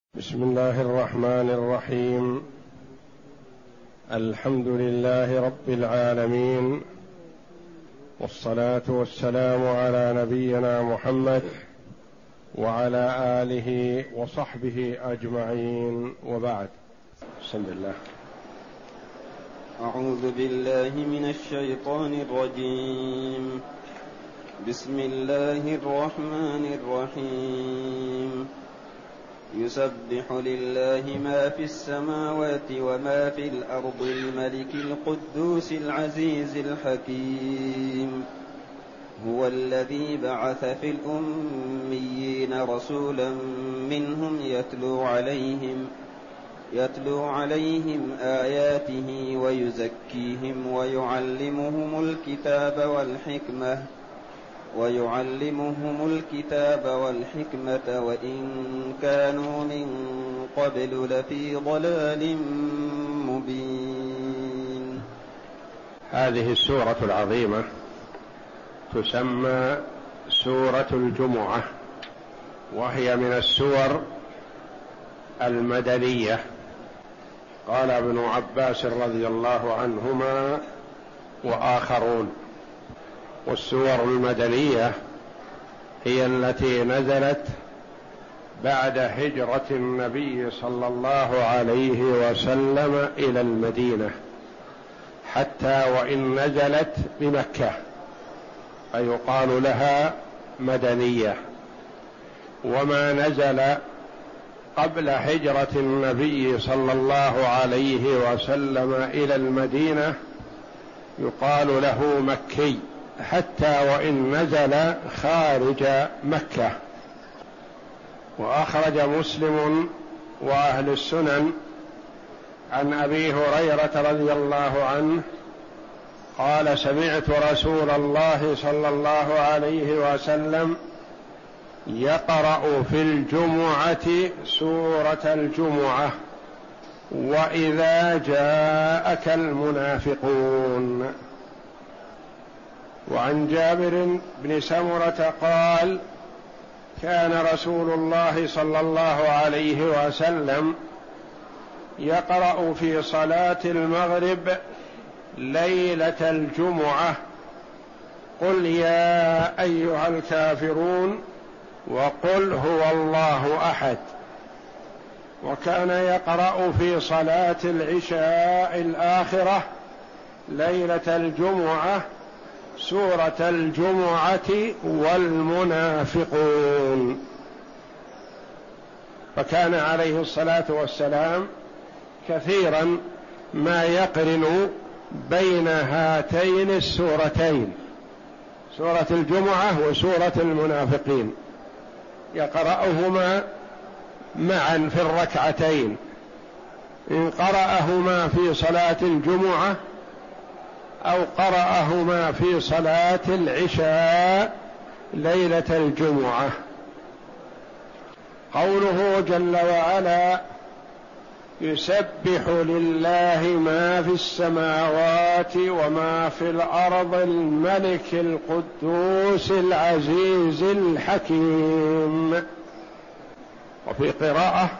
بسم الله الرحمن الرحيم. الحمد لله رب العالمين، والصلاة والسلام على نبينا محمد وعلى آله وصحبه أجمعين، وبعد. بسم الله. أعوذ بالله من الشيطان الرجيم. بسم الله الرحمن الرحيم. يسبح لله ما في السماوات وما في الأرض الملك القدوس العزيز الحكيم. هو الذي بعث في الأميين رسولا منهم يتلو عليهم آياته ويزكيهم ويعلمهم الكتاب والحكمة وإن كانوا من قبل لفي ضلال مبين. هذه السورة العظيمة تسمى سورة الجمعة، وهي من السور المدنية. قال ابن عباس رضي الله عنهما وآخرون: والسور المدنية هي التي نزلت بعد هجرة النبي صلى الله عليه وسلم إلى المدينة، حتى وإن نزلت بمكة فيقال لها مدنية. وما نزل قبل هجرة النبي صلى الله عليه وسلم إلى المدينة يقال له مكي، حتى وإن نزل خارج مكة. وأخرج مسلم وأهل السنن عن أبي هريرة رضي الله عنه قال: سمعت رسول الله صلى الله عليه وسلم يقرأ في الجمعة سورة الجمعة: وإذا جاءك المنافقون. وعن جابر بن سمرة قال: كان رسول الله صلى الله عليه وسلم يقرأ في صلاة المغرب ليلة الجمعة: قل يا أيها الكافرون وقل هو الله أحد. وكان يقرأ في صلاة العشاء الآخرة ليلة الجمعة سورة الجمعة والمنافقون. فكان عليه الصلاة والسلام كثيرا ما يقرن بين هاتين السورتين، سورة الجمعة وسورة المنافقين، يقرأهما معا في الركعتين، إن قرأهما في صلاة الجمعة أو قرأهما في صلاة العشاء ليلة الجمعة. قوله جل وعلا: يسبح لله ما في السماوات وما في الأرض الملك القدوس العزيز الحكيم. وفي قراءة: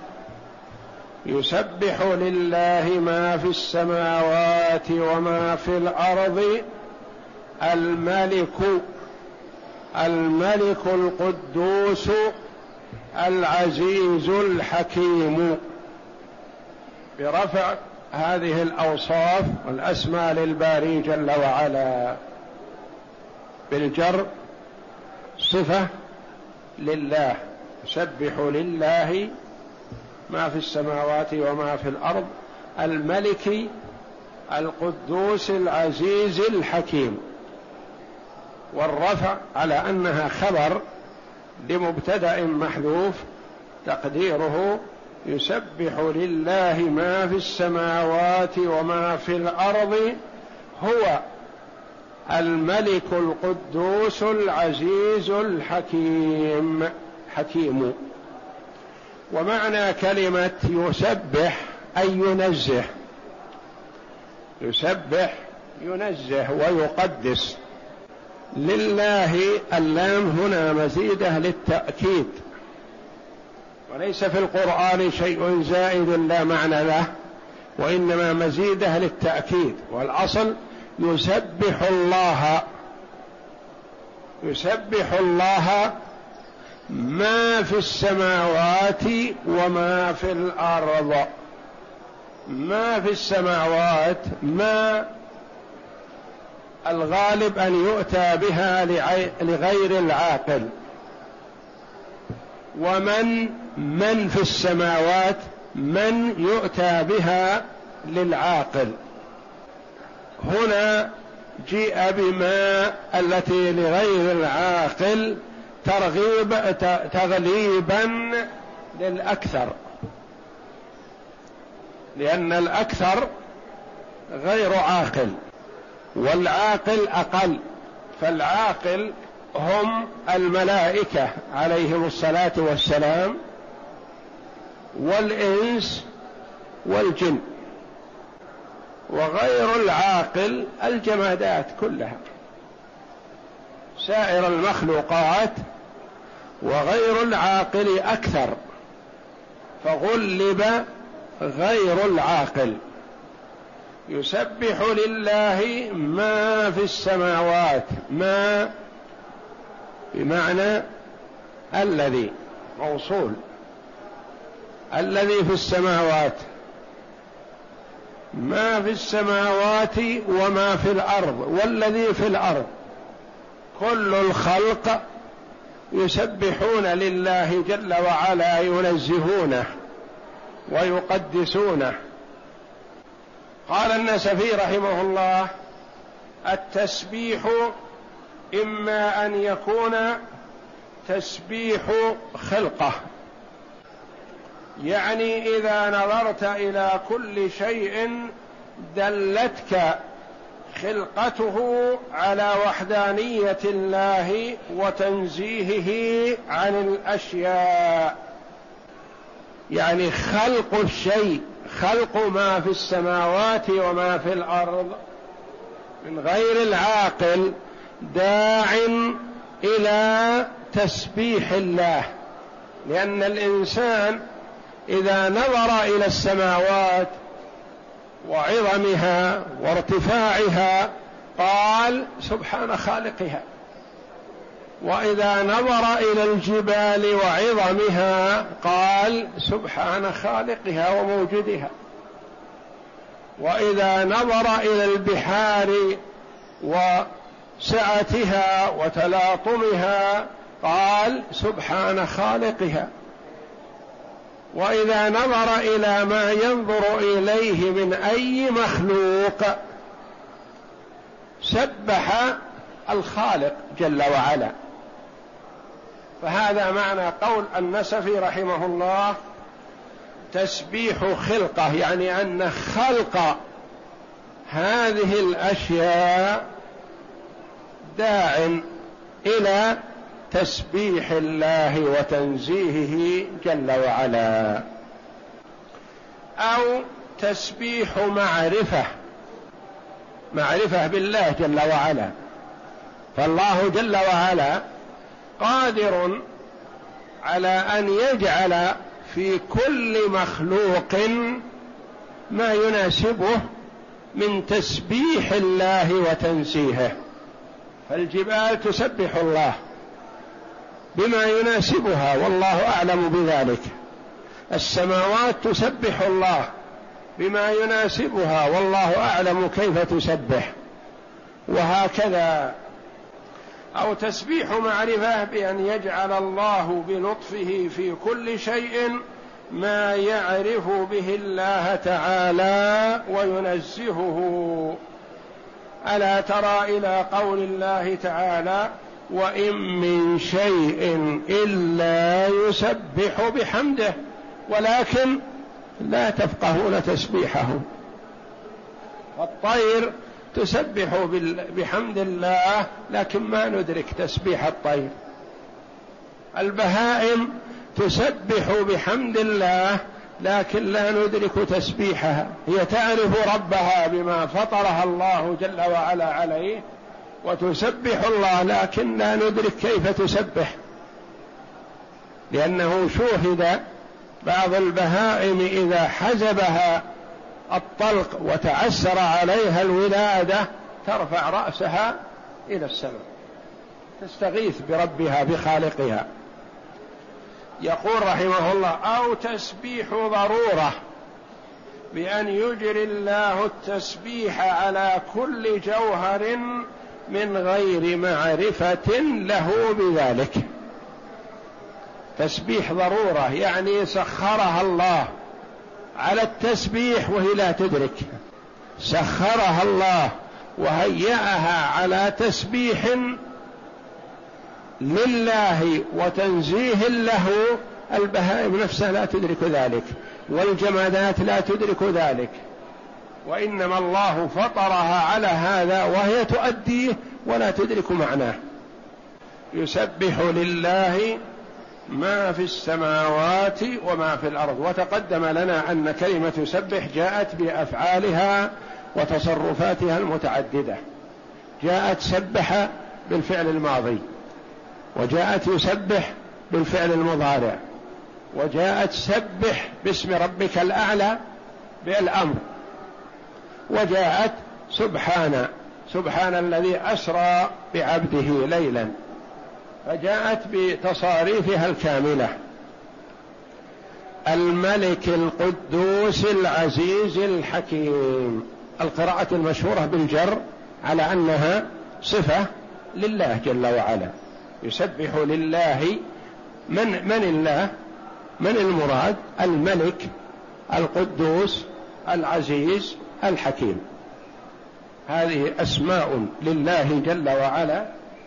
يسبح لله ما في السماوات وما في الأرض الملك القدوس العزيز الحكيم، برفع هذه الأوصاف والأسماء للباري جل وعلا، بالجر صفة لله. يسبح لله ما في السماوات وما في الأرض الملك القدوس العزيز الحكيم. والرفع على أنها خبر لمبتدأ محذوف، تقديره: يسبح لله ما في السماوات وما في الأرض هو الملك القدوس العزيز الحكيم. حكيم. ومعنى كلمة يسبح أي ينزه، يسبح ينزه ويقدس. لله اللام هنا مزيدة للتأكيد، وليس في القرآن شيء زائد لا معنى له، وإنما مزيده للتأكيد. والأصل يسبح الله ما في السماوات وما في الأرض. ما في السماوات ما الغالب أن يؤتى بها لغير العاقل، ومن في السماوات من يؤتى بها للعاقل. هنا جيء بما التي لغير العاقل تغليبا للأكثر، لأن الأكثر غير عاقل والعاقل أقل، فالعاقل هم الملائكة عليهم الصلاة والسلام والإنس والجن، وغير العاقل الجمادات كلها سائر المخلوقات، وغير العاقل أكثر فغلب غير العاقل. يسبح لله ما في السماوات، ما بمعنى الذي موصول، الذي في السماوات، ما في السماوات وما في الأرض، والذي في الأرض، كل الخلق يسبحون لله جل وعلا، ينزهونه ويقدسونه. قال النسفي رحمه الله: التسبيح إما أن يكون تسبيح خلقة، يعني إذا نظرت إلى كل شيء دلتك خلقته على وحدانية الله وتنزيهه عن الأشياء، يعني خلق الشيء، خلق ما في السماوات وما في الأرض من غير العاقل داع إلى تسبيح الله، لأن الإنسان إذا نظر إلى السماوات وعظمها وارتفاعها قال سبحان خالقها، وإذا نظر إلى الجبال وعظمها قال سبحان خالقها وموجدها، وإذا نظر إلى البحار وسعتها وتلاطمها قال سبحان خالقها، وإذا نظر إلى ما ينظر إليه من أي مخلوق سبح الخالق جل وعلا. فهذا معنى قول النسفي رحمه الله: تسبيح خلقه، يعني أن خلق هذه الأشياء داع إلى تسبيح الله وتنزيهه جل وعلا. أو تسبيح معرفة بالله جل وعلا، فالله جل وعلا قادر على أن يجعل في كل مخلوق ما يناسبه من تسبيح الله وتنزيهه، فالجبال تسبح الله بما يناسبها والله أعلم بذلك، السماوات تسبح الله بما يناسبها والله أعلم كيف تسبح، وهكذا. أو تسبيح معرفة بأن يجعل الله بلطفه في كل شيء ما يعرف به الله تعالى وينزهه. ألا ترى إلى قول الله تعالى: وإن من شيء إلا يسبح بحمده ولكن لا تفقهون تسبيحه. الطير تسبح بحمد الله لكن ما ندرك تسبيح الطير، البهائم تسبح بحمد الله لكن لا ندرك تسبيحها، هي تعرف ربها بما فطرها الله جل وعلا عليه وتسبح الله لكن لا ندرك كيف تسبح، لأنه شوهد بعض البهائم إذا حزبها الطلق وتعسر عليها الولادة ترفع رأسها إلى السماء تستغيث بربها بخالقها. يقول رحمه الله: أو تسبيح ضرورة، بأن يجري الله التسبيح على كل جوهر من غير معرفة له بذلك. تسبيح ضرورة يعني سخرها الله على التسبيح وهي لا تدرك، سخرها الله وهيأها على تسبيح لله وتنزيه له. البهائم نفسها لا تدرك ذلك، والجمادات لا تدرك ذلك، وإنما الله فطرها على هذا وهي تؤديه ولا تدرك معناه. يسبح لله ما في السماوات وما في الأرض. وتقدم لنا أن كلمة يسبح جاءت بأفعالها وتصرفاتها المتعددة، جاءت سبح بالفعل الماضي، وجاءت يسبح بالفعل المضارع، وجاءت سبح باسم ربك الأعلى بالأمر، وجاءت سبحان الذي أسرى بعبده ليلا، فجاءت بتصاريفها الكاملة. الملك القدوس العزيز الحكيم، القراءة المشهورة بالجر على أنها صفة لله جل وعلا. يسبح لله من الله؟ من المراد؟ الملك القدوس العزيز الحكيم. هذه أسماء لله جل وعلا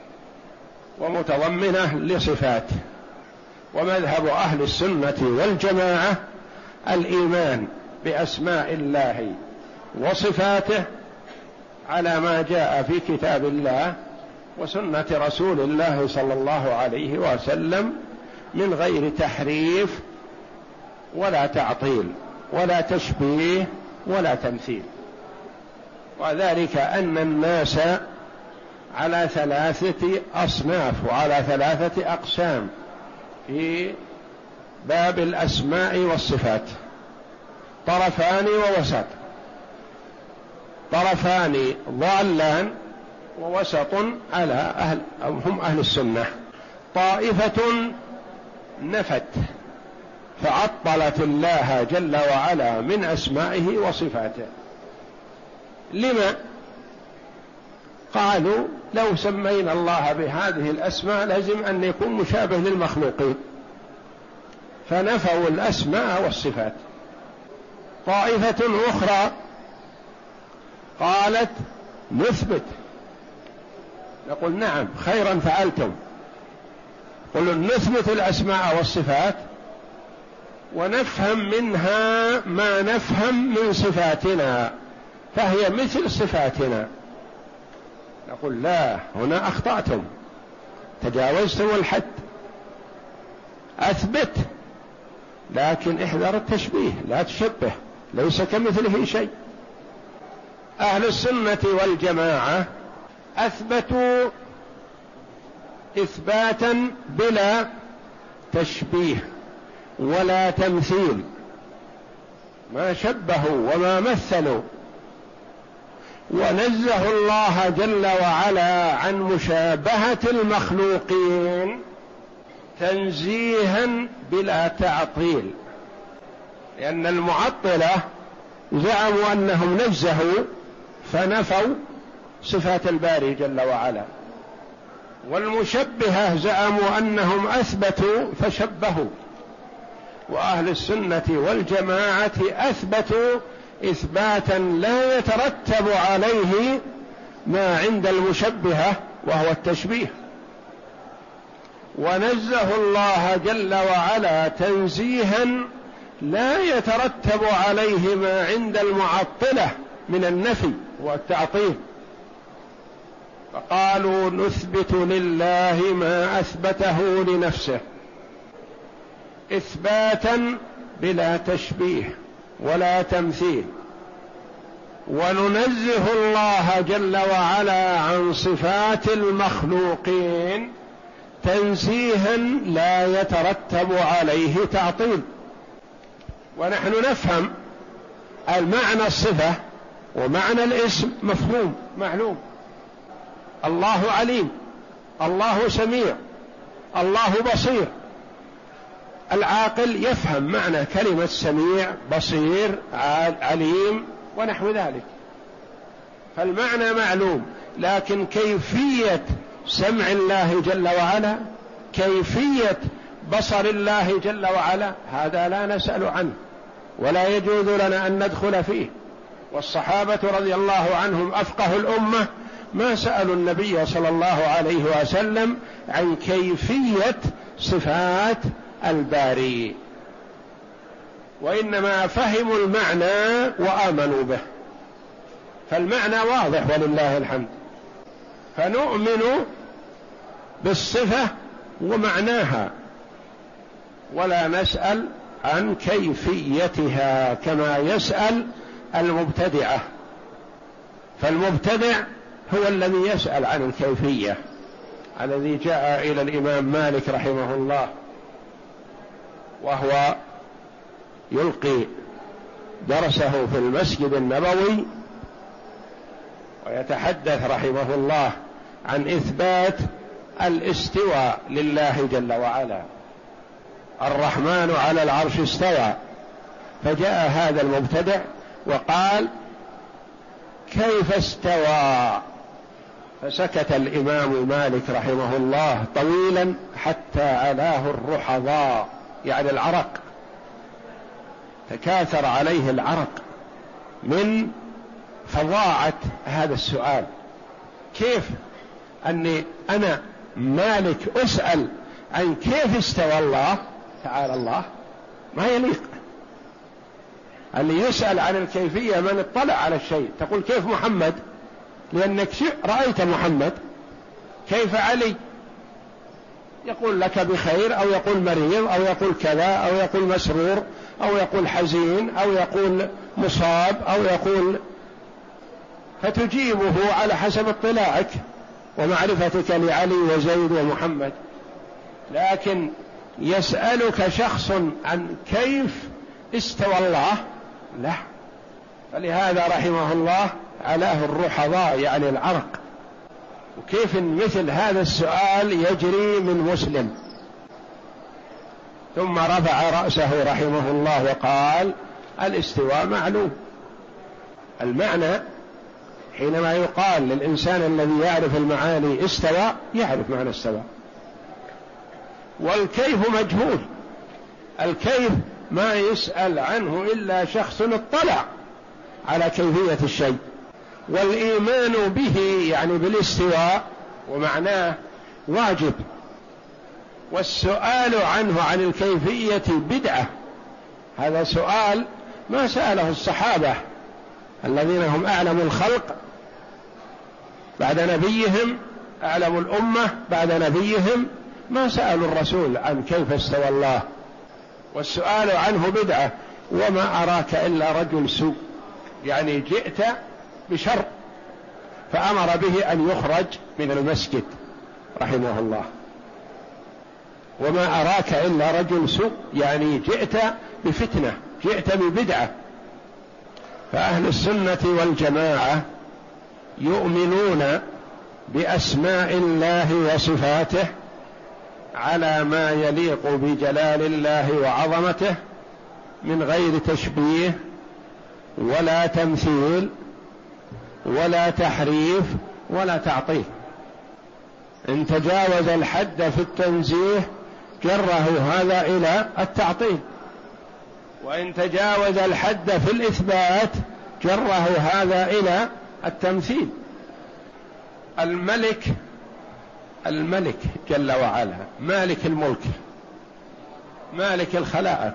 ومتضمنة لصفاته. ومذهب أهل السنة والجماعة الإيمان بأسماء الله وصفاته على ما جاء في كتاب الله وسنة رسول الله صلى الله عليه وسلم، من غير تحريف ولا تعطيل ولا تشبيه ولا تمثيل. وذلك أن الناس على 3 أصناف وعلى 3 أقسام في باب الأسماء والصفات: طرفان ووسط. طرفان ضالان، ووسط على هم أهل السنة. طائفة نفت فعطلت الله جل وعلا من أسمائه وصفاته. لما؟ قالوا لو سمينا الله بهذه الأسماء لازم أن يكون مشابه للمخلوقين، فنفوا الأسماء والصفات. طائفة أخرى قالت نثبت، نقول نعم خيرا فعلتم، قلوا نثبت الأسماء والصفات ونفهم منها ما نفهم من صفاتنا، فهي مثل صفاتنا. نقول لا، هنا أخطأتم، تجاوزتم الحد. أثبت، لكن احذر التشبيه، لا تشبه، ليس كمثله شيء. أهل السنة والجماعة أثبتوا إثباتا بلا تشبيه ولا تمثيل، ما شبهوا وما مثلوا، ونزه الله جل وعلا عن مشابهة المخلوقين تنزيها بلا تعطيل. لأن المعطلة زعموا أنهم نزهوا فنفوا صفات الباري جل وعلا، والمشبهة زعموا أنهم أثبتوا فشبهوا. وأهل السنة والجماعة أثبتوا إثباتا لا يترتب عليه ما عند المشبهة وهو التشبيه، ونزه الله جل وعلا تنزيها لا يترتب عليه ما عند المعطلة من النفي والتعطيل. فقالوا نثبت لله ما أثبته لنفسه إثباتا بلا تشبيه ولا تمثيل، وننزه الله جل وعلا عن صفات المخلوقين تنزيها لا يترتب عليه تعطيل. ونحن نفهم المعنى الصفة ومعنى الاسم مفهوم معلوم. الله عليم، الله سميع، الله بصير. العاقل يفهم معنى كلمة سميع بصير عليم ونحو ذلك، فالمعنى معلوم، لكن كيفية سمع الله جل وعلا، كيفية بصر الله جل وعلا، هذا لا نسأل عنه ولا يجوز لنا أن ندخل فيه. والصحابة رضي الله عنهم أفقه الأمة ما سألوا النبي صلى الله عليه وسلم عن كيفية صفات الباري، وإنما فهموا المعنى وآمنوا به، فالمعنى واضح ولله الحمد، فنؤمن بالصفة ومعناها ولا نسأل عن كيفيتها كما يسأل المبتدعة. فالمبتدع هو الذي يسأل عن الكيفية، الذي جاء إلى الإمام مالك رحمه الله وهو يلقي درسه في المسجد النبوي ويتحدث رحمه الله عن إثبات الاستواء لله جل وعلا، الرحمن على العرش استوى، فجاء هذا المبتدع وقال كيف استوى؟ فسكت الإمام مالك رحمه الله طويلا حتى علاه الرحضاء، يعني العرق، تكاثر عليه العرق من فظاعة هذا السؤال. كيف أني أنا مالك أسأل عن كيف استوى الله تعالى الله؟ ما يليق. اللي يسأل عن الكيفية من اطلع على الشيء، تقول كيف محمد لأنك رأيت محمد، كيف علي؟ يقول لك بخير، أو يقول مريض، أو يقول كذا، أو يقول مسرور، أو يقول حزين، أو يقول مصاب، أو يقول، فتجيبه على حسب اطلاعك ومعرفتك لعلي وزيد ومحمد. لكن يسألك شخص عن كيف استوى الله، لا. فلهذا رحمه الله علاه الرحضاء، يعني العرق. وكيف مثل هذا السؤال يجري من مسلم؟ ثم رفع رأسه رحمه الله وقال الاستواء معلوم. المعنى حينما يقال للإنسان الذي يعرف المعاني استوى، يعرف معنى استوى. والكيف مجهول، الكيف ما يسأل عنه إلا شخص اطلع على كيفية الشيء. والإيمان به يعني بالاستواء ومعناه واجب، والسؤال عنه عن الكيفية بدعة. هذا سؤال ما سأله الصحابة الذين هم أعلم الخلق بعد نبيهم، أعلم الأمة بعد نبيهم، ما سألوا الرسول عن كيف استوى الله، والسؤال عنه بدعة. وما أراك إلا رجل سوء، يعني جئت بشر، فأمر به أن يخرج من المسجد رحمه الله. وما أراك إلا رجل سوء، يعني جئت بفتنة، جئت ببدعة. فأهل السنة والجماعة يؤمنون بأسماء الله وصفاته على ما يليق بجلال الله وعظمته، من غير تشبيه ولا تمثيل ولا تحريف ولا تعطيل. إن تجاوز الحد في التنزيه جره هذا إلى التعطيل، وإن تجاوز الحد في الإثبات جره هذا إلى التمثيل. الملك جل وعلا مالك الملك، مالك الخلائق،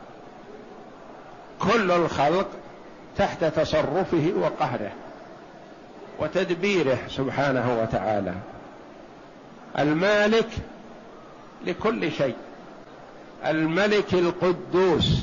كل الخلق تحت تصرفه وقهره وتدبيره سبحانه وتعالى. المالك لكل شيء، الملك القدوس.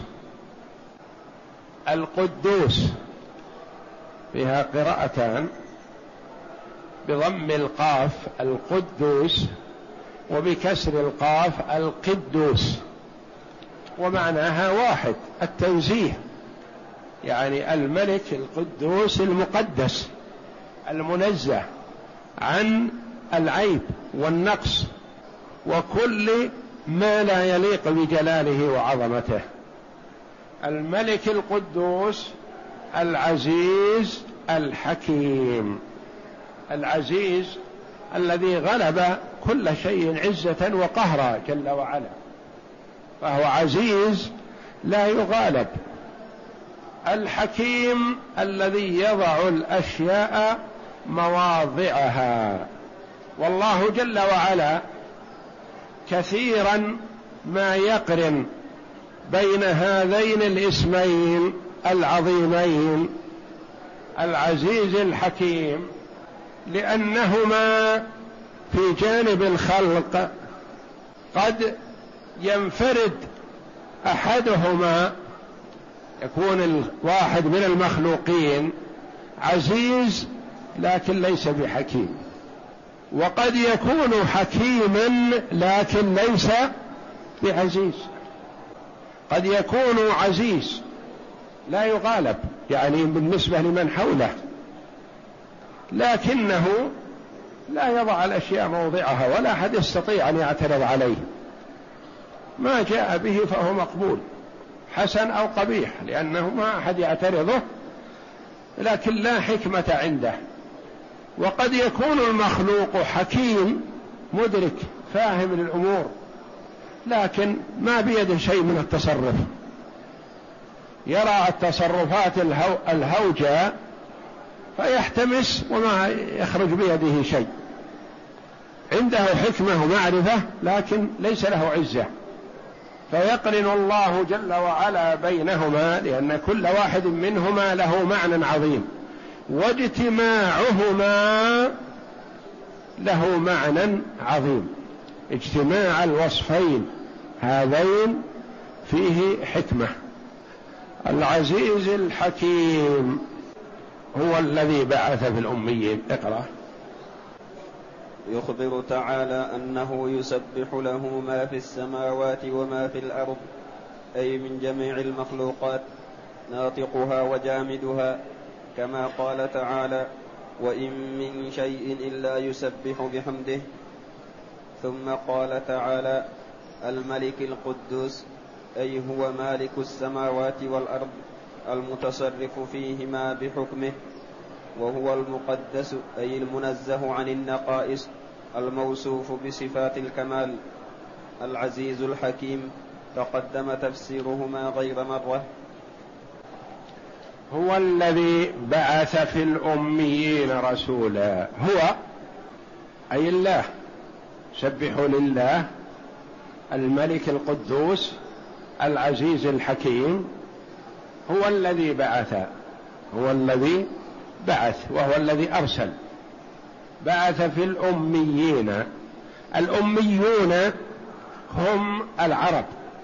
القدوس فيها قراءتان، بضم القاف القدوس، وبكسر القاف القدوس. ومعناها واحد، التنزيه، يعني الملك القدوس المقدس المنزه عن العيب والنقص وكل ما لا يليق بجلاله وعظمته. الملك القدوس العزيز الحكيم، العزيز الذي غلب كل شيء عزة وقهرا جل وعلا، فهو عزيز لا يغالب. الحكيم الذي يضع الأشياء مواضعها، والله جل وعلا كثيرا ما يقرن بين هذين الاسمين العظيمين العزيز الحكيم، لأنهما في جانب الخلق قد ينفرد أحدهما، يكون الواحد من المخلوقين عزيز لكن ليس بحكيم، وقد يكون حكيما لكن ليس بعزيز. قد يكون عزيز لا يغالب يعني بالنسبة لمن حوله، لكنه لا يضع الأشياء موضعها ولا أحد يستطيع أن يعترض عليه، ما جاء به فهو مقبول حسن أو قبيح، لأنه ما أحد يعترضه، لكن لا حكمة عنده. وقد يكون المخلوق حكيم مدرك فاهم للأمور، لكن ما بيده شيء من التصرف، يرى التصرفات الهوجة فيحتمس وما يخرج بيده شيء، عنده حكمة ومعرفة لكن ليس له عزة، فيقرن الله جل وعلا بينهما، لأن كل واحد منهما له معنى عظيم، واجتماعهما له معنى عظيم. اجتماع الوصفين هذين فيه حكمة. العزيز الحكيم هو الذي بعث في الأميين. اقرأ. يخبر تعالى أنه يسبح له ما في السماوات وما في الأرض، أي من جميع المخلوقات، ناطقها وجامدها، كما قال تعالى: وإن من شيء إلا يسبح بحمده. ثم قال تعالى: الملك القدوس، أي هو مالك السماوات والأرض المتصرف فيهما بحكمه، وهو المقدس، أي المنزه عن النقائص، الموصوف بصفات الكمال. العزيز الحكيم تقدم تفسيرهما غير مرة. هو الذي بعث في الأميين رسولا، هو أي الله، سبحوا لله الملك القدوس العزيز الحكيم، هو الذي بعث، هو الذي بعث وهو الذي أرسل. بعث في الأميين، الأميون هم العرب،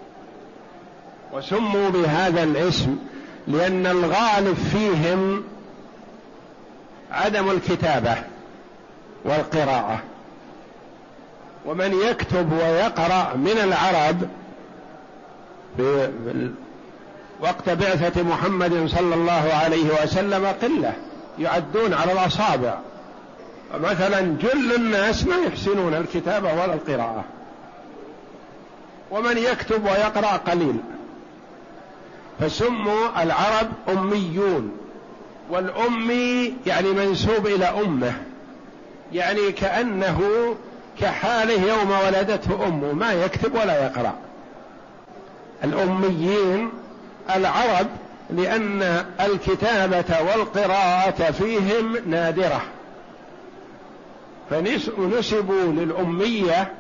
وسموا بهذا الاسم لأن الغالب فيهم عدم الكتابة والقراءة، ومن يكتب ويقرأ من العرب في وقت بعثة محمد صلى الله عليه وسلم قلة، يعدون على الأصابع، مثلا جل الناس ما يحسنون الكتابة ولا القراءة، ومن يكتب ويقرأ قليل، فسموا العرب أميون. والأمي يعني منسوب إلى أمه، يعني كأنه كحاله يوم ولدته أمه، ما يكتب ولا يقرأ. الأميين العرب لأن الكتابة والقراءة فيهم نادرة، فنسبوا للأمية.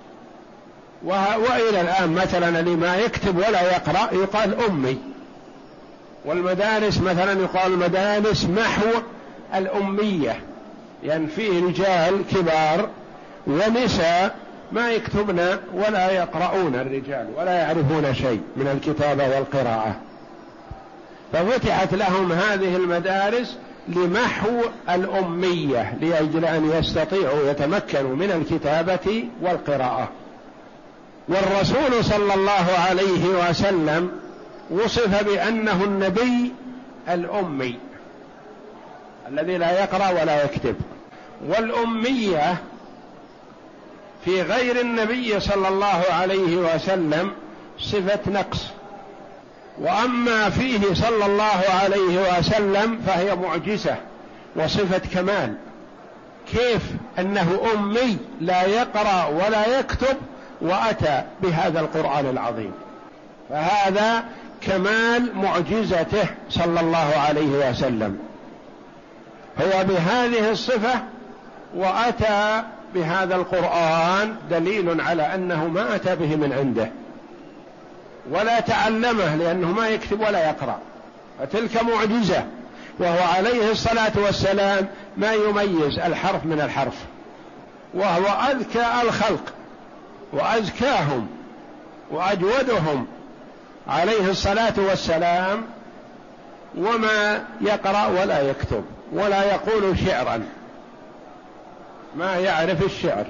وإلى الآن مثلا اللي ما يكتب ولا يقرأ يقال أمي، والمدارس مثلا يقال مدارس محو الأمية، لأن فيه رجال كبار ونساء ما يكتبن ولا يقرؤون، الرجال ولا يعرفون شيء من الكتابة والقراءة، ففتحت لهم هذه المدارس لمحو الأمية، لأجل أن يستطيعوا يتمكنوا من الكتابة والقراءة. والرسول صلى الله عليه وسلم وصف بأنه النبي الأمي الذي لا يقرأ ولا يكتب، والأمية في غير النبي صلى الله عليه وسلم صفة نقص، وأما فيه صلى الله عليه وسلم فهي معجزة وصفة كمال. كيف أنه أمي لا يقرأ ولا يكتب وأتى بهذا القرآن العظيم؟ فهذا كمال معجزته صلى الله عليه وسلم، هو بهذه الصفة وأتى بهذا القرآن دليل على أنه ما أتى به من عنده ولا تعلمه، لأنه ما يكتب ولا يقرأ، فتلك معجزة. وهو عليه الصلاة والسلام ما يميز الحرف من الحرف، وهو أذكى الخلق وأزكاهم وأجودهم عليه الصلاة والسلام، وما يقرأ ولا يكتب ولا يقول شعرا، ما يعرف الشعر.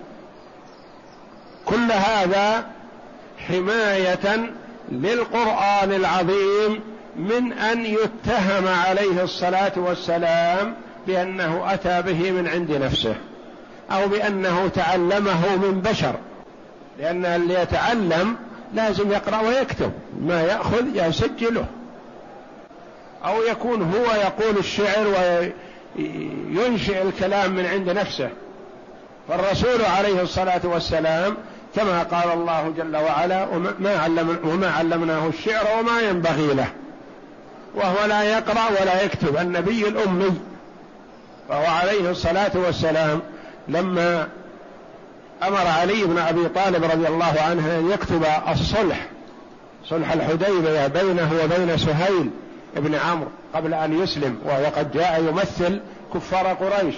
كل هذا حماية للقرآن العظيم من أن يتهم عليه الصلاة والسلام بأنه أتى به من عند نفسه أو بأنه تعلمه من بشر، لأن اللي يتعلم لازم يقرأ ويكتب، ما يأخذ يسجله، أو يكون هو يقول الشعر وينشئ الكلام من عند نفسه. فالرسول عليه الصلاة والسلام كما قال الله جل وعلا: وما علمناه الشعر وما ينبغي له، وهو لا يقرأ ولا يكتب، النبي الأمي. فهو عليه الصلاة والسلام لما أمر علي بن أبي طالب رضي الله عنه أن يكتب صلح الحديبية بينه وبين سهيل بن عمرو قبل أن يسلم، وهو قد جاء يمثل كفار قريش،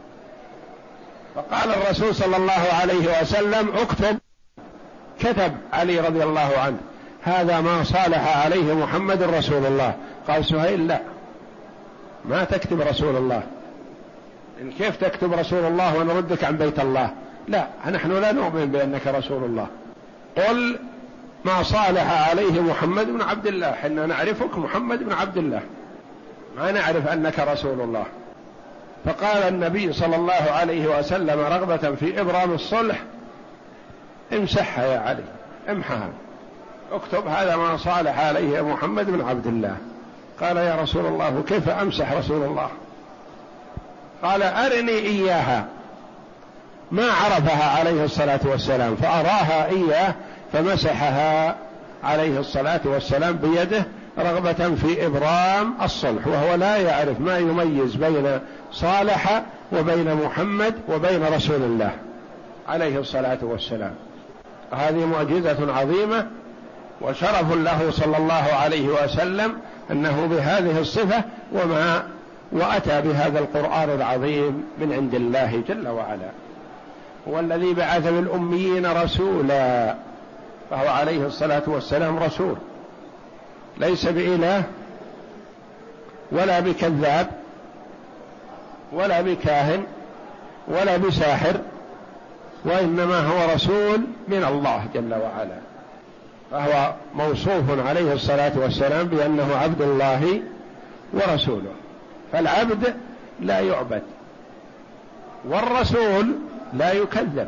فقال الرسول صلى الله عليه وسلم: اكتب. كتب علي رضي الله عنه: هذا ما صالح عليه محمد رسول الله. قال سهيل: لا، ما تكتب رسول الله، إن كيف تكتب رسول الله ونردك عن بيت الله؟ لا، نحن لا نؤمن بأنك رسول الله، قل ما صالح عليه محمد بن عبد الله، حنا نعرفك محمد بن عبد الله، ما نعرف أنك رسول الله. فقال النبي صلى الله عليه وسلم رغبة في إبرام الصلح: امسحها يا علي، امحها، اكتب هذا ما صالح عليه محمد بن عبد الله. قال: يا رسول الله كيف أمسح رسول الله؟ قال: أرني إياها. ما عرفها عليه الصلاة والسلام، فأراها إياه فمسحها عليه الصلاة والسلام بيده رغبة في إبرام الصلح، وهو لا يعرف ما يميز بين صالح وبين محمد وبين رسول الله عليه الصلاة والسلام. هذه معجزة عظيمة وشرف له صلى الله عليه وسلم أنه بهذه الصفة وأتى بهذا القرآن العظيم من عند الله جل وعلا. هو الذي بعث بالأميين رسولا، فهو عليه الصلاة والسلام رسول، ليس بإله ولا بكذاب ولا بكاهن ولا بساحر، وإنما هو رسول من الله جل وعلا. فهو موصوف عليه الصلاة والسلام بأنه عبد الله ورسوله، فالعبد لا يعبد والرسول لا يكذب،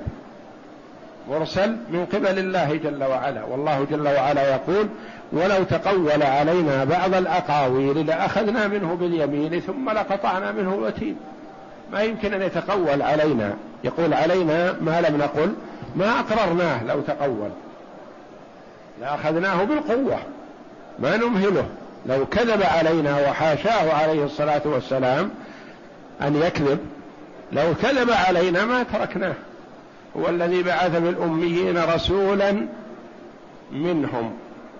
مرسل من قبل الله جل وعلا. والله جل وعلا يقول: ولو تقول علينا بعض الأقاويل لأخذنا منه باليمين ثم لقطعنا منه الوتين. ما يمكن أن يتقول علينا، يقول علينا ما لم نقل، ما أقررناه. لو تقول لأخذناه بالقوة، ما نمهله. لو كذب علينا، وحاشاه عليه الصلاة والسلام أن يكذب، لو كذب علينا ما تركناه. هو الذي بعث بالأميين رسولا منهم،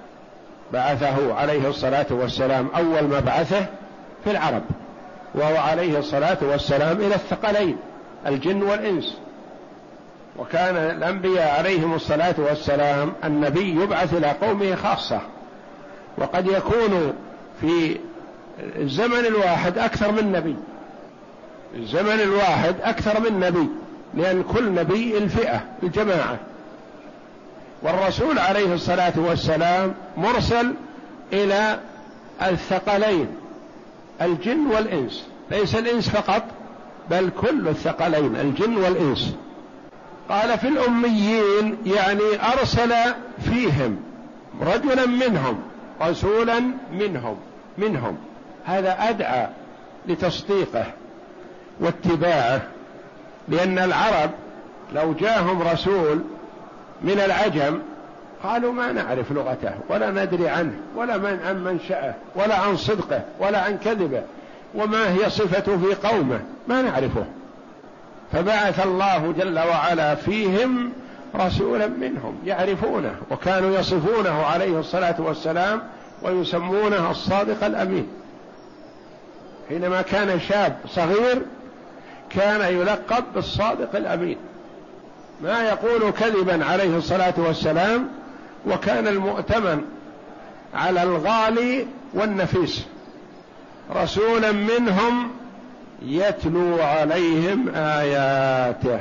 بعثه عليه الصلاة والسلام أول مبعثه في العرب، وهو عليه الصلاة والسلام إلى الثقلين الجن والإنس. وكان الأنبياء عليهم الصلاة والسلام النبي يبعث إلى قومه خاصة، وقد يكون في الزمن الواحد أكثر من نبي، الزمن الواحد أكثر من نبي، لأن كل نبي الفئة الجماعة، والرسول عليه الصلاة والسلام مرسل إلى الثقلين الجن والإنس، ليس الإنس فقط بل كل الثقلين الجن والإنس. قال في الأميين يعني أرسل فيهم رجلا منهم رسولا منهم هذا أدعى لتصديقه واتباعه، لأن العرب لو جاءهم رسول من العجم قالوا ما نعرف لغته ولا ندري عنه ولا عن منشأه ولا عن صدقه ولا عن كذبه وما هي صفته في قومه ما نعرفه، فبعث الله جل وعلا فيهم رسولا منهم يعرفونه، وكانوا يصفونه عليه الصلاة والسلام ويسمونه الصادق الأمين. حينما كان شاب صغير كان يلقب بالصادق الأمين، ما يقول كذبا عليه الصلاة والسلام، وكان المؤتمن على الغالي والنفيس. رسولا منهم يتلو عليهم آياته،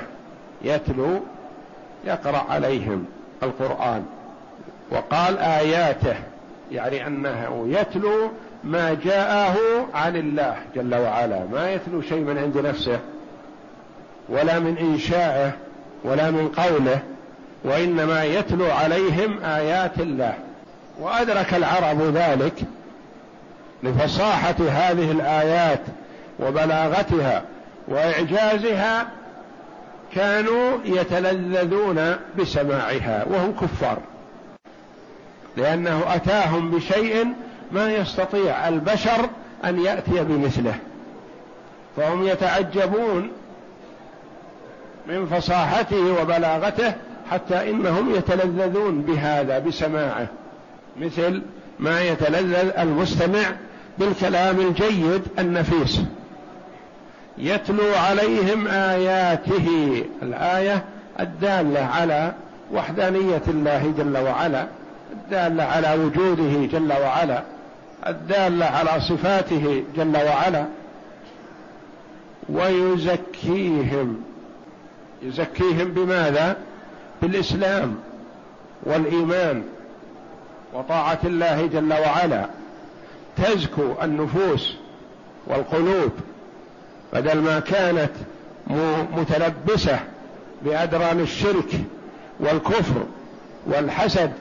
يقرأ عليهم القرآن، وقال آياته يعني أنه يتلو ما جاءه عن الله جل وعلا، ما يتلو شيء من عند نفسه ولا من إنشائه ولا من قوله، وإنما يتلو عليهم آيات الله. وأدرك العرب ذلك لفصاحة هذه الآيات وبلاغتها وإعجازها، كانوا يتلذذون بسماعها وهم كفار، لأنه أتاهم بشيء ما يستطيع البشر أن يأتي بمثله، فهم يتعجبون من فصاحته وبلاغته حتى إنهم يتلذذون بهذا بسماعه، مثل ما يتلذذ المستمع بالكلام الجيد النفيس. يتلو عليهم آياته، الآية الدالة على وحدانية الله جل وعلا، الدالة على وجوده جل وعلا، الدالة على صفاته جل وعلا. ويزكيهم، يزكيهم بماذا؟ بالإسلام والإيمان وطاعة الله جل وعلا، تزكو النفوس والقلوب، بدل ما كانت متلبسة بأدران الشرك والكفر والحسد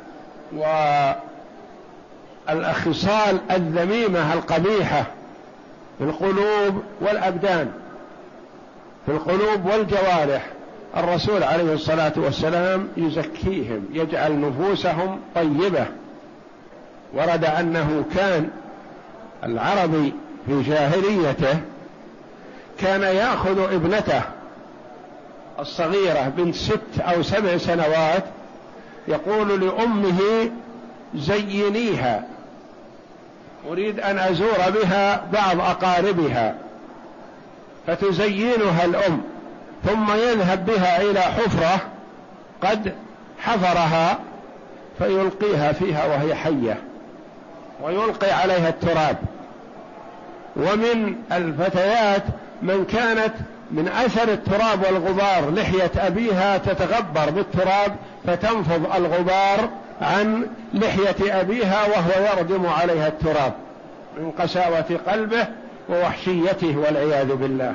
والخصال الذميمة القبيحة في القلوب والأبدان، في القلوب والجوارح. الرسول عليه الصلاة والسلام يزكيهم، يجعل نفوسهم طيبة. ورد أنه كان العربي في جاهليته كان يأخذ ابنته الصغيرة بنت 6 أو 7 سنوات، يقول لأمه زينيها، أريد أن أزور بها بعض أقاربها، فتزينها الأم، ثم يذهب بها إلى حفرة قد حفرها فيلقيها فيها وهي حية، ويلقي عليها التراب. ومن الفتيات من كانت من أثر التراب والغبار لحية أبيها تتغبر بالتراب فتنفض الغبار عن لحية أبيها وهو يردم عليها التراب من قساوة قلبه ووحشيته والعياذ بالله.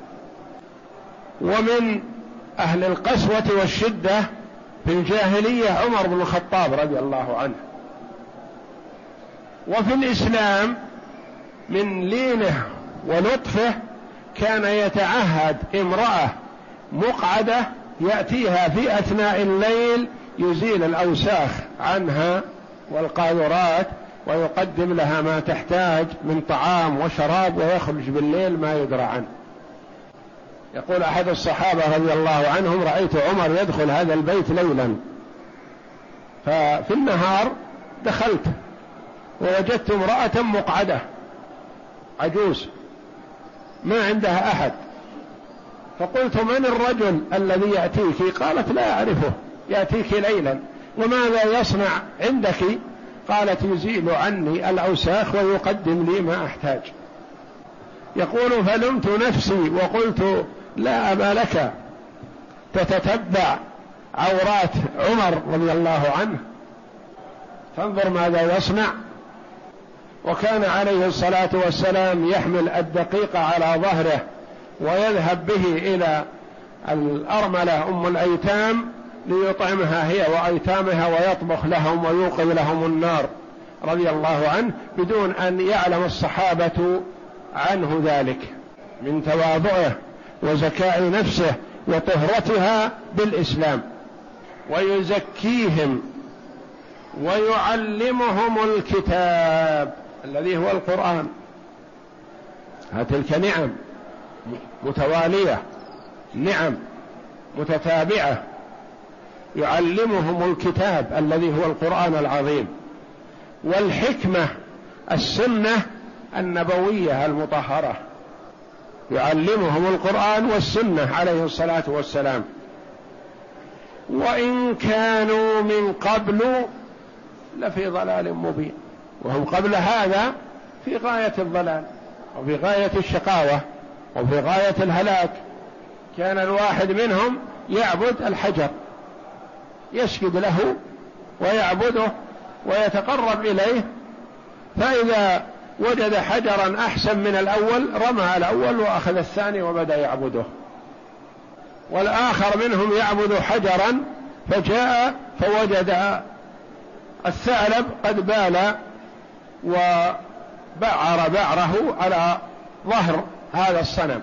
ومن أهل القسوة والشدة في الجاهلية عمر بن الخطاب رضي الله عنه. وفي الإسلام من لينه ولطفه كان يتعهد امرأة مقعدة يأتيها في أثناء الليل يزيل الأوساخ عنها والقاذورات ويقدم لها ما تحتاج من طعام وشراب، ويخرج بالليل ما يدرى عنه. يقول أحد الصحابة رضي الله عنهم: رأيت عمر يدخل هذا البيت ليلا، ففي النهار دخلت ووجدت امرأة مقعدة عجوز ما عندها أحد، فقلت: من الرجل الذي يأتيك؟ قالت: لا أعرفه، يأتيك ليلا. وماذا يصنع عندك؟ قالت: يزيل عني الأوساخ ويقدم لي ما أحتاج. يقول: فلمت نفسي وقلت: لا أبا لك تتتبع عورات عمر رضي الله عنه، فانظر ماذا يصنع. وكان عليه الصلاة والسلام يحمل الدقيق على ظهره ويذهب به إلى الأرملة أم الأيتام ليطعمها هي وأيتامها ويطبخ لهم ويوقظ لهم النار رضي الله عنه، بدون أن يعلم الصحابة عنه ذلك، من تواضعه وزكاء نفسه وطهرتها بالإسلام. ويزكيهم ويعلمهم الكتاب الذي هو القرآن. تلك نعم متوالية، نعم متتابعة. يعلمهم الكتاب الذي هو القرآن العظيم، والحكمة السنة النبوية المطهرة. يعلمهم القرآن والسنة عليه الصلاة والسلام. وإن كانوا من قبل لفي ضلال مبين، وهم قبل هذا في غاية الضلال وفي غاية الشقاوة وفي غاية الهلاك. كان الواحد منهم يعبد الحجر، يسجد له ويعبده ويتقرب إليه، فإذا وجد حجرا أحسن من الأول رمى الأول وأخذ الثاني وبدأ يعبده. والآخر منهم يعبد حجرا فجاء فوجد الثعلب قد بال وبعر بعره على ظهر هذا الصنم،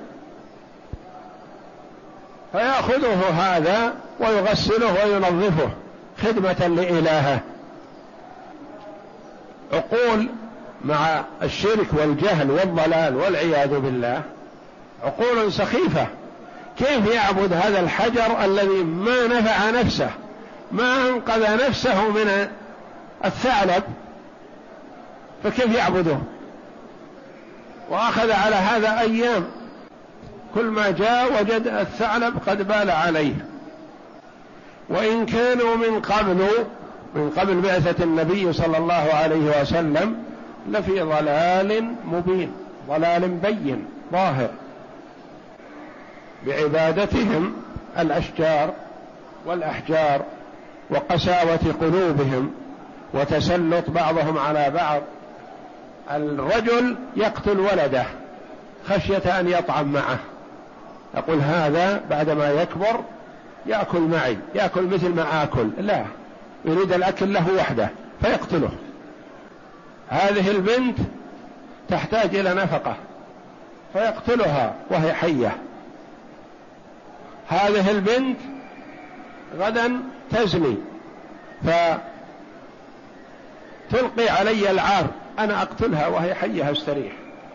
فيأخذه هذا ويغسله وينظفه خدمة لإلهه. عقول مع الشرك والجهل والضلال والعياذ بالله، عقول سخيفة. كيف يعبد هذا الحجر الذي ما نفع نفسه، ما أنقذ نفسه من الثعلب، فكيف يعبده؟ وأخذ على هذا أيام، كل ما جاء وجد الثعلب قد بال عليه. وإن كانوا من قبل بعثة النبي صلى الله عليه وسلم لفي ضلال مبين، ضلال بين ظاهر، بعبادتهم الأشجار والأحجار وقساوة قلوبهم وتسلط بعضهم على بعض. الرجل يقتل ولده خشية أن يطعم معه، يقول هذا بعدما يكبر يأكل معي، يأكل مثل ما آكل، لا، يريد الأكل له وحده فيقتله. هذه البنت تحتاج إلى نفقة فيقتلها وهي حية. هذه البنت غدا تزني فتلقي علي العار، أنا أقتلها وهي حية استريح.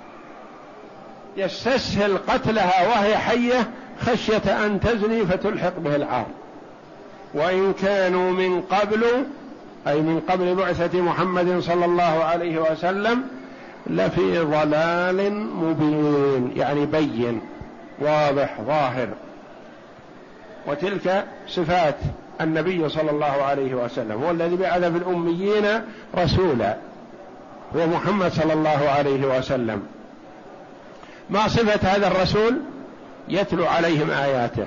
يستسهل قتلها وهي حية خشية أن تزني فتلحق به العار. وإن كانوا من قبل، أي من قبل بعثة محمد صلى الله عليه وسلم، لفي ضلال مبين، يعني بين واضح ظاهر. وتلك صفات النبي صلى الله عليه وسلم، هو الذي بعث في الأميين رسولا، هو محمد صلى الله عليه وسلم. ما صفة هذا الرسول؟ يتلو عليهم آياته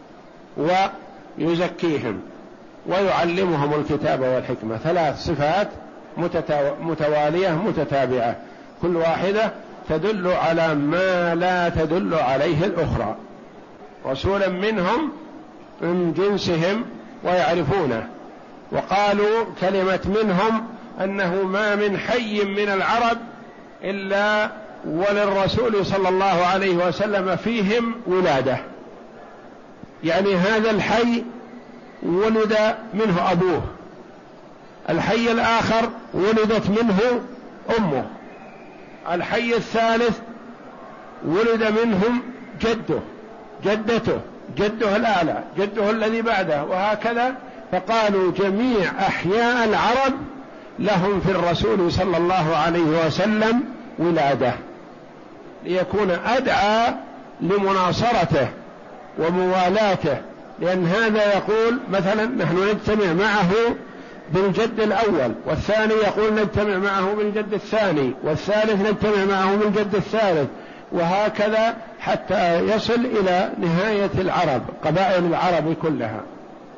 ويزكيهم ويعلمهم الكتاب والحكمة. 3 صفات متوالية متتابعة، كل واحدة تدل على ما لا تدل عليه الأخرى. رسولا منهم من جنسهم ويعرفونه. وقالوا كلمة منهم أنه ما من حي من العرب إلا وللرسول صلى الله عليه وسلم فيهم ولادة، يعني هذا الحي ولد منه أبوه، الحي الآخر ولدت منه أمه، الحي الثالث ولد منهم جده، جدته، جده الأعلى، جده الذي بعده، وهكذا. فقالوا جميع أحياء العرب لهم في الرسول صلى الله عليه وسلم ولادة، ليكون أدعى لمناصرته وموالاته. لأن هذا يقول مثلا نحن نجتمع معه بالجد الأول، والثاني يقول نجتمع معه بالجد الثاني، والثالث نجتمع معه بالجد الثالث، وهكذا حتى يصل إلى نهاية العرب، قبائل العرب كلها.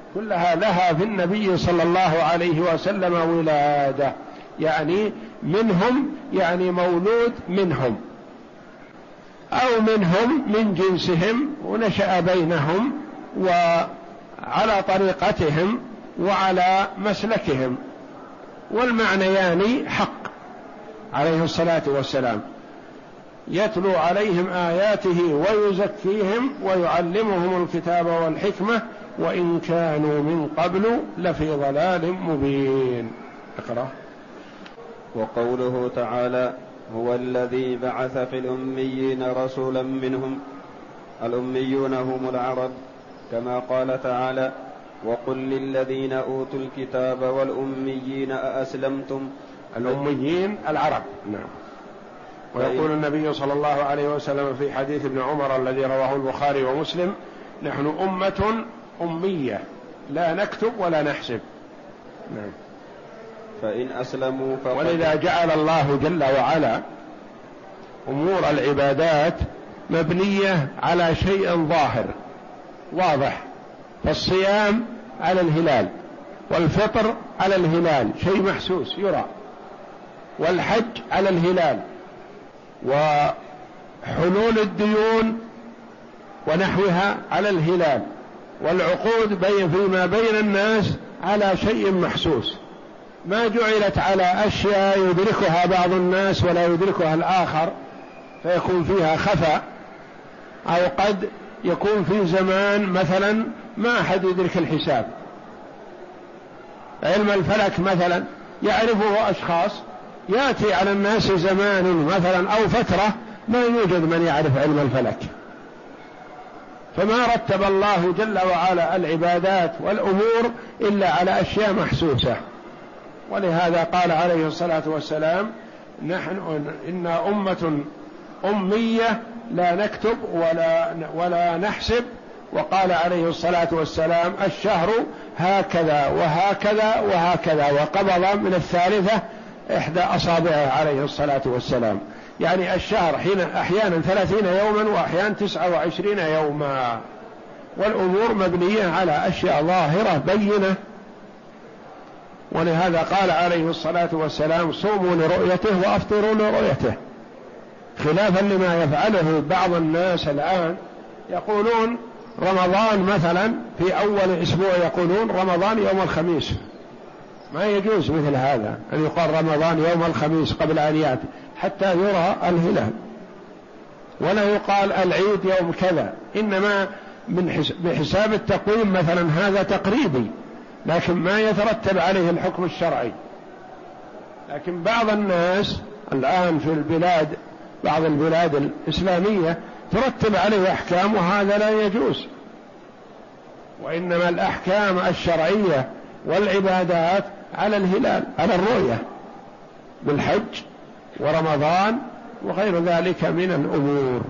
كلها لها في النبي صلى الله عليه وسلم ولادة، يعني منهم يعني مولود منهم، أو منهم من جنسهم ونشأ بينهم وعلى طريقتهم وعلى مسلكهم، والمعنيان حق عليه الصلاة والسلام، يتلو عليهم آياته ويزكيهم ويعلمهم الكتاب والحكمة وإن كانوا من قبل لفي ضلال مبين. اقرأ. وقوله تعالى: هو الذي بعث في الأميين رسولا منهم. الأميون هم العرب، كما قال تعالى: وقل للذين أوتوا الكتاب والأميين أأسلمتم. الأميين العرب، نعم. ويقول النبي صلى الله عليه وسلم في حديث ابن عمر الذي رواه البخاري ومسلم: نحن أمة أمية لا نكتب ولا نحسب. نعم. فإن أسلموا ولذا جعل الله جل وعلا أمور العبادات مبنية على شيء ظاهر واضح، فالصيام على الهلال، والفطر على الهلال شيء محسوس يرى، والحج على الهلال، وحلول الديون ونحوها على الهلال، والعقود فيما بين الناس على شيء محسوس، ما جعلت على أشياء يدركها بعض الناس ولا يدركها الآخر فيكون فيها خفاء، أو قد يكون في زمان مثلا ما أحد يدرك الحساب. علم الفلك مثلا يعرفه أشخاص، يأتي على الناس زمان مثلا أو فترة ما يوجد من يعرف علم الفلك، فما رتب الله جل وعلا العبادات والأمور إلا على أشياء محسوسة. ولهذا قال عليه الصلاة والسلام: نحن إنا أمة أمية لا نكتب ولا نحسب. وقال عليه الصلاة والسلام: الشهر هكذا وهكذا وهكذا، وقبض من الثالثة إحدى أصابعه عليه الصلاة والسلام، يعني الشهر أحيانا 30 يوما وأحيانا 29 يوما، والأمور مبنية على أشياء ظاهرة بينة. ولهذا قال عليه الصلاة والسلام: صوموا لرؤيته وأفطروا لرؤيته، خلافا لما يفعله بعض الناس الآن، يقولون رمضان مثلا في أول أسبوع يقولون رمضان يوم الخميس. ما يجوز مثل هذا أن يقال رمضان يوم الخميس قبل أن يأتي حتى يرى الهلال، ولا يقال العيد يوم كذا، إنما بحساب التقويم مثلا هذا تقريبي، لكن ما يترتب عليه الحكم الشرعي. لكن بعض الناس الآن في البلاد، بعض البلاد الإسلامية ترتب عليه أحكام، وهذا لا يجوز، وإنما الأحكام الشرعية والعبادات على الهلال، على الرؤية، بالحج ورمضان وغير ذلك من الأمور.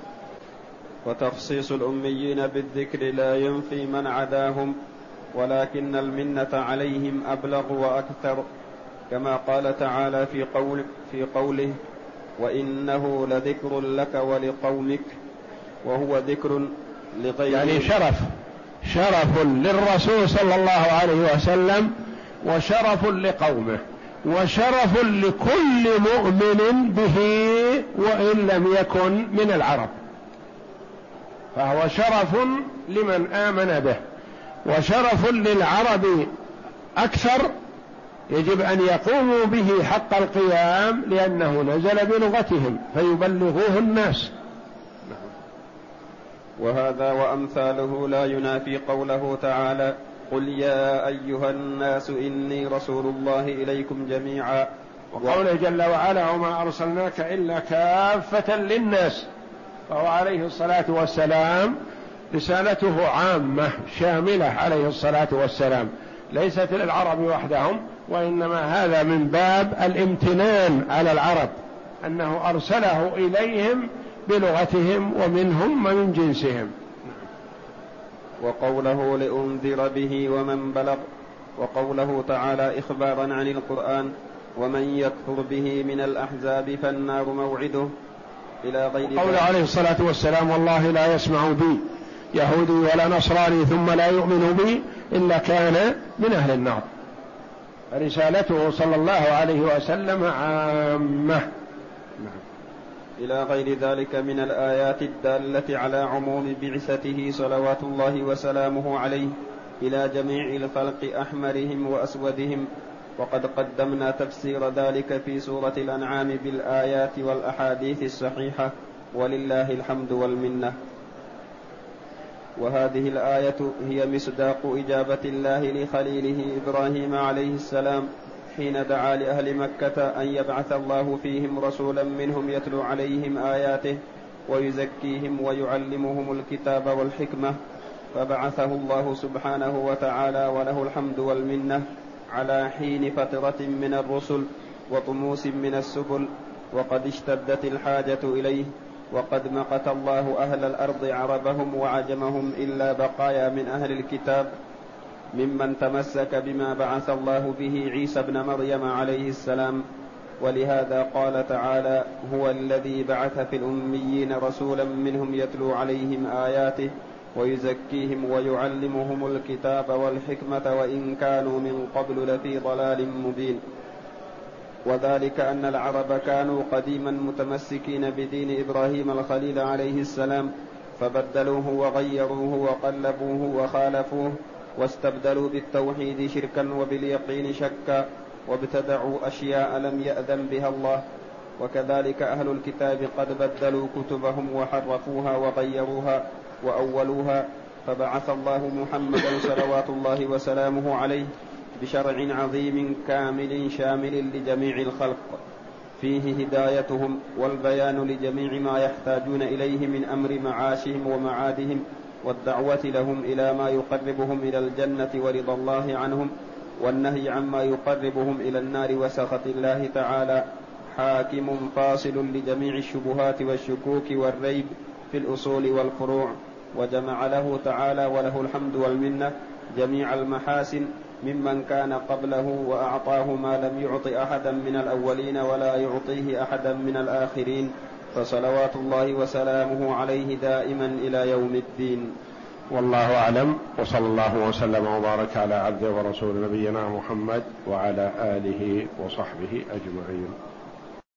وتخصيص الأميين بالذكر لا ينفي من عداهم، ولكن المنة عليهم أبلغ وأكثر، كما قال تعالى في قوله: وإنه لذكر لك ولقومك، وهو ذكر لغيره، يعني شرف للرسول صلى الله عليه وسلم، وشرف لقومه، وشرف لكل مؤمن به وإن لم يكن من العرب، فهو شرف لمن آمن به، وشرف للعرب أكثر، يجب أن يقوموا به حق القيام لأنه نزل بلغتهم فيبلغوه الناس. وهذا وأمثاله لا ينافي قوله تعالى: قل يا أيها الناس إني رسول الله إليكم جميعا، وقوله جل وعلا: وما أرسلناك إلا كافة للناس، فهو عليه الصلاة والسلام رسالته عامة شاملة عليه الصلاة والسلام، ليست للعرب وحدهم، وإنما هذا من باب الامتنان على العرب أنه أرسله إليهم بلغتهم ومنهم ومن جنسهم. وقوله لأنذر به ومن بلغ، وقوله تعالى إخبارا عن القرآن: ومن يكفر به من الأحزاب فالنار موعده، إلى غير ذلك. قول عليه الصلاة والسلام: والله لا يسمع بي يهودي ولا نصراني ثم لا يؤمن بي إلا كان من أهل النار. رسالته صلى الله عليه وسلم عامة. إلى غير ذلك من الآيات الدالة على عموم بعثته صلوات الله وسلامه عليه إلى جميع الخلق أحمرهم وأسودهم، وقد قدمنا تفسير ذلك في سورة الأنعام بالآيات والأحاديث الصحيحة، ولله الحمد والمنة. وهذه الآية هي مصداق إجابة الله لخليله إبراهيم عليه السلام حين دعا لأهل مكة أن يبعث الله فيهم رسولا منهم يتلو عليهم آياته ويزكيهم ويعلمهم الكتاب والحكمة، فبعثه الله سبحانه وتعالى وله الحمد والمنة على حين فترة من الرسل وطموس من السبل، وقد اشتدت الحاجة إليه، وقد مقت الله أهل الأرض عربهم وعجمهم إلا بقايا من أهل الكتاب ممن تمسك بما بعث الله به عيسى ابن مريم عليه السلام. ولهذا قال تعالى: هو الذي بعث في الأميين رسولا منهم يتلو عليهم آياته ويزكيهم ويعلمهم الكتاب والحكمة وإن كانوا من قبل لفي ضلال مبين. وذلك أن العرب كانوا قديما متمسكين بدين إبراهيم الخليل عليه السلام، فبدلوه وغيروه وقلبوه وخالفوه، واستبدلوا بالتوحيد شركا وباليقين شكا، وابتدعوا أشياء لم يأذن بها الله. وكذلك أهل الكتاب قد بدلوا كتبهم وحرفوها وغيروها وأولوها، فبعث الله محمدا صلوات الله وسلامه عليه بشرع عظيم كامل شامل لجميع الخلق، فيه هدايتهم والبيان لجميع ما يحتاجون إليه من أمر معاشهم ومعادهم، والدعوة لهم إلى ما يقربهم إلى الجنة ورضا الله عنهم، والنهي عما يقربهم إلى النار وسخط الله تعالى، حاكم فاصل لجميع الشبهات والشكوك والريب في الأصول والفروع. وجمع له تعالى وله الحمد والمنة جميع المحاسن ممن كان قبله، وأعطاه ما لم يعط أحدا من الأولين ولا يعطيه أحدا من الآخرين، فصلوات الله وسلامه عليه دائما إلى يوم الدين. والله أعلم، وصلى الله وسلم وبارك على عبده ورسول نبينا محمد وعلى آله وصحبه أجمعين.